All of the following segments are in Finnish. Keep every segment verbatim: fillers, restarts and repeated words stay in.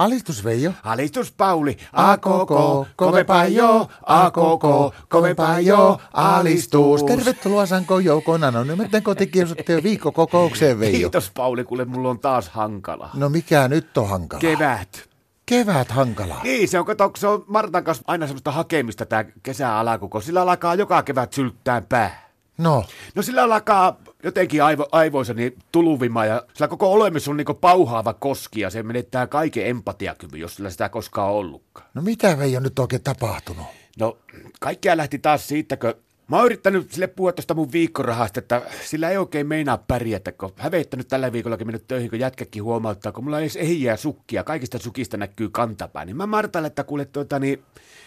Alistus Veijo. Alistus Pauli, a koko, kovempaa jo, a koko, kovempaa jo, alistus. Tervetuloa Sanko Joukon anonymitten kotikiusattujen viikkokokoukseen, Veijo. Kiitos Pauli, kuule mulla on taas hankala. No mikä nyt on hankala? Kevät. Kevät hankalaa. Niin, se on, kato, se on Martan kanssa aina semmoista hakemista tää kesän alakuko. Sillä alkaa joka kevät sylttään pää. No. No sillä alkaa jotenkin aivo, aivoissa niin tuluvima ja sillä koko olemus on niinku pauhaava koski ja se menettää kaiken empatiakyvyn, jos sillä sitä koskaan on ollutkaan. No mitä Veijo nyt oikein tapahtunut? No kaikkea lähti taas siitä, kun mä oon yrittänyt sille puhua tuosta mun viikkorahasta, että sillä ei oikein meinaa pärjätä, kun häveittänyt tällä viikollakin mennyt töihin, kun jätkäkin huomauttaa, kun mulla ei edes ehjiä sukkia, kaikista sukista näkyy kantapää, niin mä Martalle, että kuule tuota niin,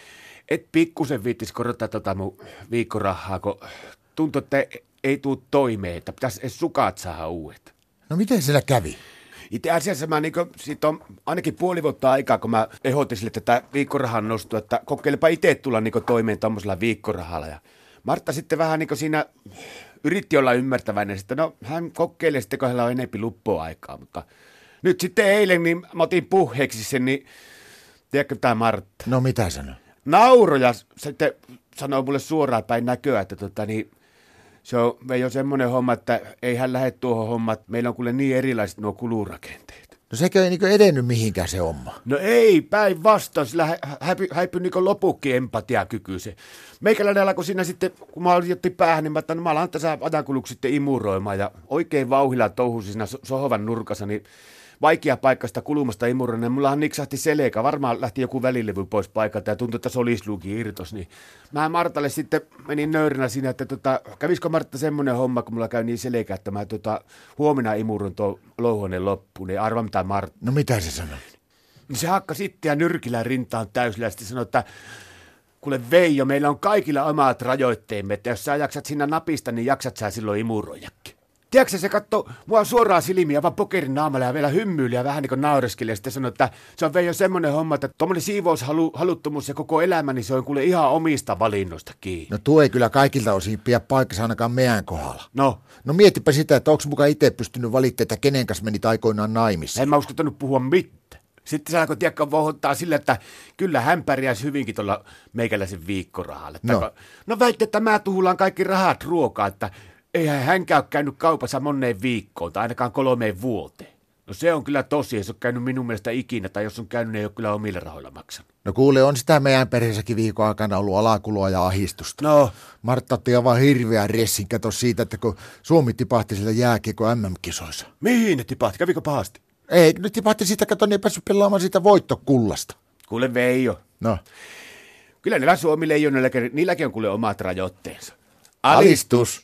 et pikkusen viittis korottaa tota mun viikkorahaa, kun tuntuu, että ei tuu toimeen, että pitäisi edes sukat saada uudet. No miten siellä kävi? Itse asiassa mä niinku, siitä on ainakin puoli vuotta aikaa, kun mä ehdotin sille tätä viikkorahan nostua, että kokeilepa itse tulla niinku toimeen tommosella viikkorahalla. Ja Martta sitten vähän niinku siinä yritti olla ymmärtäväinen, että no hän kokeilee sitten, kun hänellä on enempi luppoaikaa, mutta nyt sitten eilen niin mä otin puheeksi sen, niin tiedätkö tää Martta? No mitä sanoi? Nauroja sitten sanoi mulle suoraan päin näköä, että tota niin, se on Veijo semmoinen homma, että ei hän lähde tuohon hommaan, että meillä on kuule niin erilaiset nuo kulurakenteet. No sekö ei niinku edennyt mihinkään se homma? No ei, päinvastoin, sillä hä- häipy, häipy niin lopukki empatiakyky se. Meikäläinen alkoi siinä sitten, kun mä jotti päähän, niin mä että no, mä alan tässä ajankuluksi sitten imuroimaan ja oikein vauhilla touhusin siinä so- sohovan nurkassa, niin vaikea paikka sitä kulumasta imuroinen. Mullahan niksahti selkä, varmaan lähti joku välilevy pois paikalta ja tuntui, että solisluuki irtos. Niin mä Martalle sitten menin nöyrinä siinä, että tota, kävisikö Martta semmoinen homma, kun mulla käy niin selkä, että mä tota, huomenna imurun tuon louhonen loppuun. Niin arva mitä Martta. No mitä se sanoi? Niin se hakka sitten ja nyrkillä rintaan täysillä ja sitten sanoi, että kuule Veijo, meillä on kaikilla omat rajoitteemme, että jos sä jaksat siinä napista, niin jaksat sä silloin imurojakin. Tiedätkö, se katsoi mua suoraan silmiä, vaan pokerin naamalla ja vielä hymyili ja vähän niin kuin naureskeli ja sitten sanoi, että se on Veijo semmoinen homma, että tuommoinen siivoushaluttomuus ja koko elämä, niin se on kuule ihan omista valinnoista kiinni. No tuo ei kyllä kaikilta osin pidä paikkansa ainakaan meidän kohdalla. No? No mietipä sitä, että onko mukaan itse pystynyt valittamaan, että kenen kanssa menit aikoinaan naimissa. En mä uskaltanut puhua mitään. Sitten se alkoi tiedäkö vohottaa sillä, että kyllä hän pärjäisi hyvinkin tuolla meikäläisen viikkorahalla. No, no väitti, että mä tuhulaan kaikki rahat ruokaa, että eihän hänkään ole käynyt kaupassa moneen viikkoon tai ainakaan kolmeen vuoteen. No se on kyllä tosi, ei se ole käynyt minun mielestä ikinä, tai jos on käynyt, niin ei ole kyllä omilla rahoilla maksanut. No kuule, on sitä meidän perheessäkin viikon aikana ollut alakuloa ja ahistusta. No. Martta otti aivan hirveän ressin, kato siitä, että kun Suomi tipahti sillä jääkiekko M M-kisoissa. Mihin ne tipahti? Kävikö pahasti? Ei, nyt tipahti siitä, kato, niin ei päässyt pelaamaan siitä voittokullasta. Kuule Veijo. No. Kyllä niillä Suomi-leijoneilla, niilläkin on kuule omat rajoitteensa. Alistus.